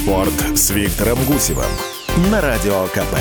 Спорт с Виктором Гусевым на Радио КП.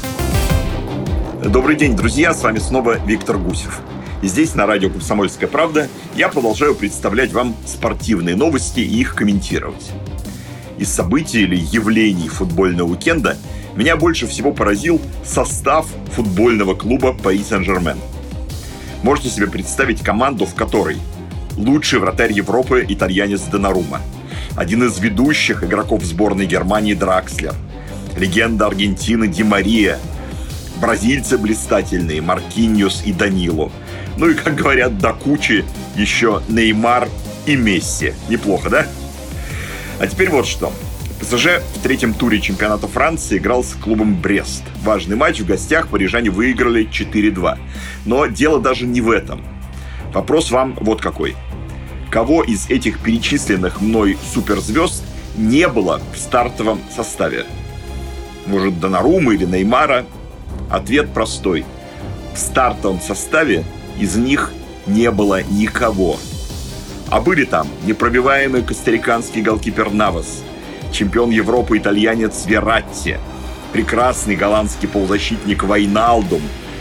Добрый день, друзья, с вами снова Виктор Гусев. И здесь, на радио «Комсомольская правда», я продолжаю представлять вам спортивные новости и их комментировать. Из событий или явлений футбольного уикенда меня больше всего поразил состав футбольного клуба Пари Сен-Жермен. Можете себе представить команду, в которой лучший вратарь Европы итальянец Донарума, один из ведущих игроков сборной Германии Дракслер, легенда Аргентины Ди Мария, бразильцы блистательные Маркиньос и Данило, ну и, как говорят, до кучи еще Неймар и Месси. Неплохо, да? А теперь вот что. ПСЖ в третьем туре чемпионата Франции играл с клубом Брест. Важный матч, в гостях парижане выиграли 4-2. Но дело даже не в этом. Вопрос вам вот какой. Кого из этих перечисленных мной суперзвезд не было в стартовом составе? Может, Донарума или Неймара? Ответ простой. В стартовом составе из них не было никого. А были там непробиваемый костариканский голкипер Навас, чемпион Европы итальянец Вератти, прекрасный голландский полузащитник Вайналдум.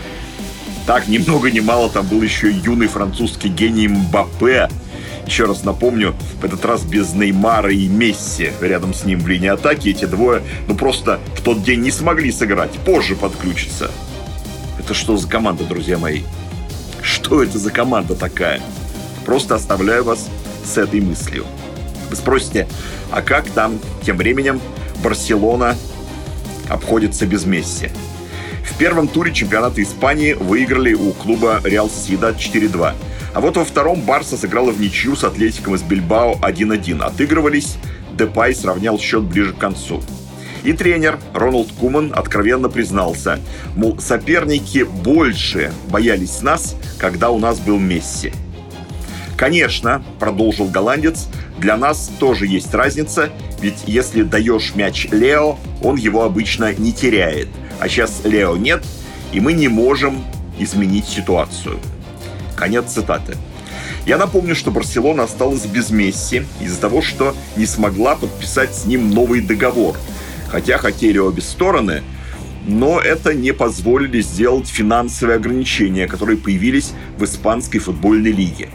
Так, ни много ни мало, там был еще юный французский гений Мбаппе. Еще раз напомню, в этот раз без Неймара и Месси рядом с ним в линии атаки. Эти двое, просто в тот день не смогли сыграть, позже подключатся. Это что за команда, друзья мои? Что это за команда такая? Просто оставляю вас с этой мыслью. Вы спросите, а как там тем временем Барселона обходится без Месси? В первом туре чемпионата Испании выиграли у клуба Реал Сосьедад 4-2. А вот во втором Барса сыграла в ничью с Атлетиком из Бильбао 1-1. Отыгрывались, Депай сравнял счет ближе к концу. И тренер Роналд Куман откровенно признался, мол, соперники больше боялись нас, когда у нас был Месси. Конечно, продолжил голландец, для нас тоже есть разница, ведь если даешь мяч Лео, он его обычно не теряет. А сейчас Лео нет, и мы не можем изменить ситуацию. Конец цитаты. Я напомню, что Барселона осталась без Месси из-за того, что не смогла подписать с ним новый договор. Хотя хотели обе стороны, но это не позволили сделать финансовые ограничения, которые появились в испанской футбольной лиге.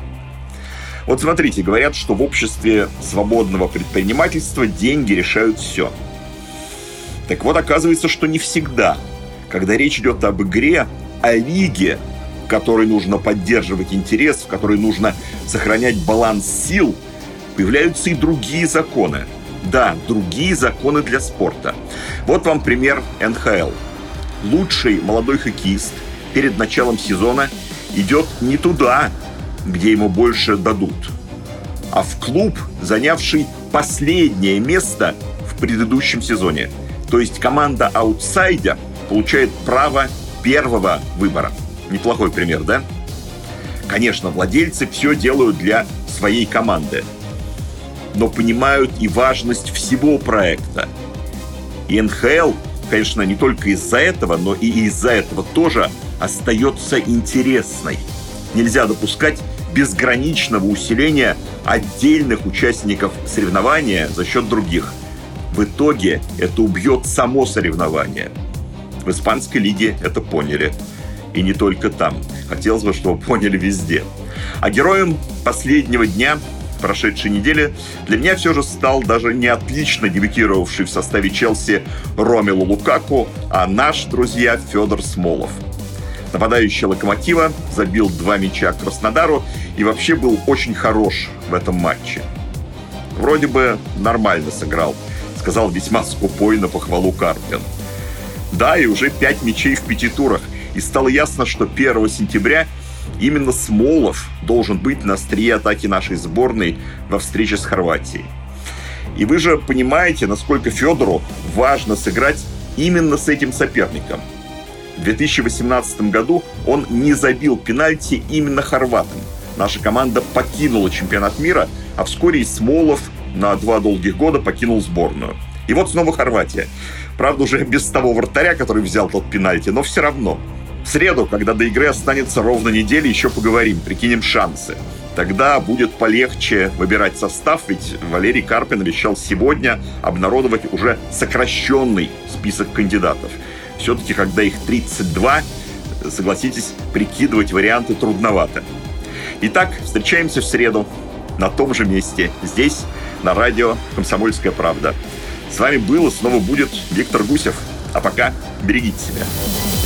Вот смотрите, говорят, что в обществе свободного предпринимательства деньги решают все. Так вот, оказывается, что не всегда. Когда речь идет об игре, о лиге, в которой нужно поддерживать интерес, в которой нужно сохранять баланс сил, появляются и другие законы. Да, другие законы для спорта. Вот вам пример НХЛ. Лучший молодой хоккеист перед началом сезона идет не туда, где ему больше дадут, а в клуб, занявший последнее место в предыдущем сезоне. То есть команда-аутсайдер получает право первого выбора. Неплохой пример, да? Конечно, владельцы все делают для своей команды, но понимают и важность всего проекта. И НХЛ, конечно, не только из-за этого, но и из-за этого тоже остается интересной. Нельзя допускать безграничного усиления отдельных участников соревнования за счет других. В итоге это убьет само соревнование. В испанской лиге это поняли. И не только там. Хотелось бы, чтобы поняли везде. А героем последнего дня прошедшей недели для меня все же стал даже не отлично дебютировавший в составе Челси Ромелу Лукаку, а наш, друзья, Федор Смолов. Нападающий Локомотива забил 2 мяча Краснодару и вообще был очень хорош в этом матче. Вроде бы нормально сыграл, сказал весьма скупой на похвалу Карпин. Да, и уже 5 мячей в 5 турах. И стало ясно, что 1 сентября именно Смолов должен быть на острие атаки нашей сборной во встрече с Хорватией. И вы же понимаете, насколько Федору важно сыграть именно с этим соперником. В 2018 году он не забил пенальти именно хорватам. Наша команда покинула чемпионат мира, а вскоре и Смолов на 2 долгих года покинул сборную. И вот снова Хорватия. Правда, уже без того вратаря, который взял тот пенальти, но все равно. В среду, когда до игры останется ровно неделя, еще поговорим, прикинем шансы. Тогда будет полегче выбирать состав, ведь Валерий Карпин обещал сегодня обнародовать уже сокращенный список кандидатов. Все-таки, когда их 32, согласитесь, прикидывать варианты трудновато. Итак, встречаемся в среду на том же месте, здесь, на радио «Комсомольская правда». С вами был и снова будет Виктор Гусев. А пока берегите себя.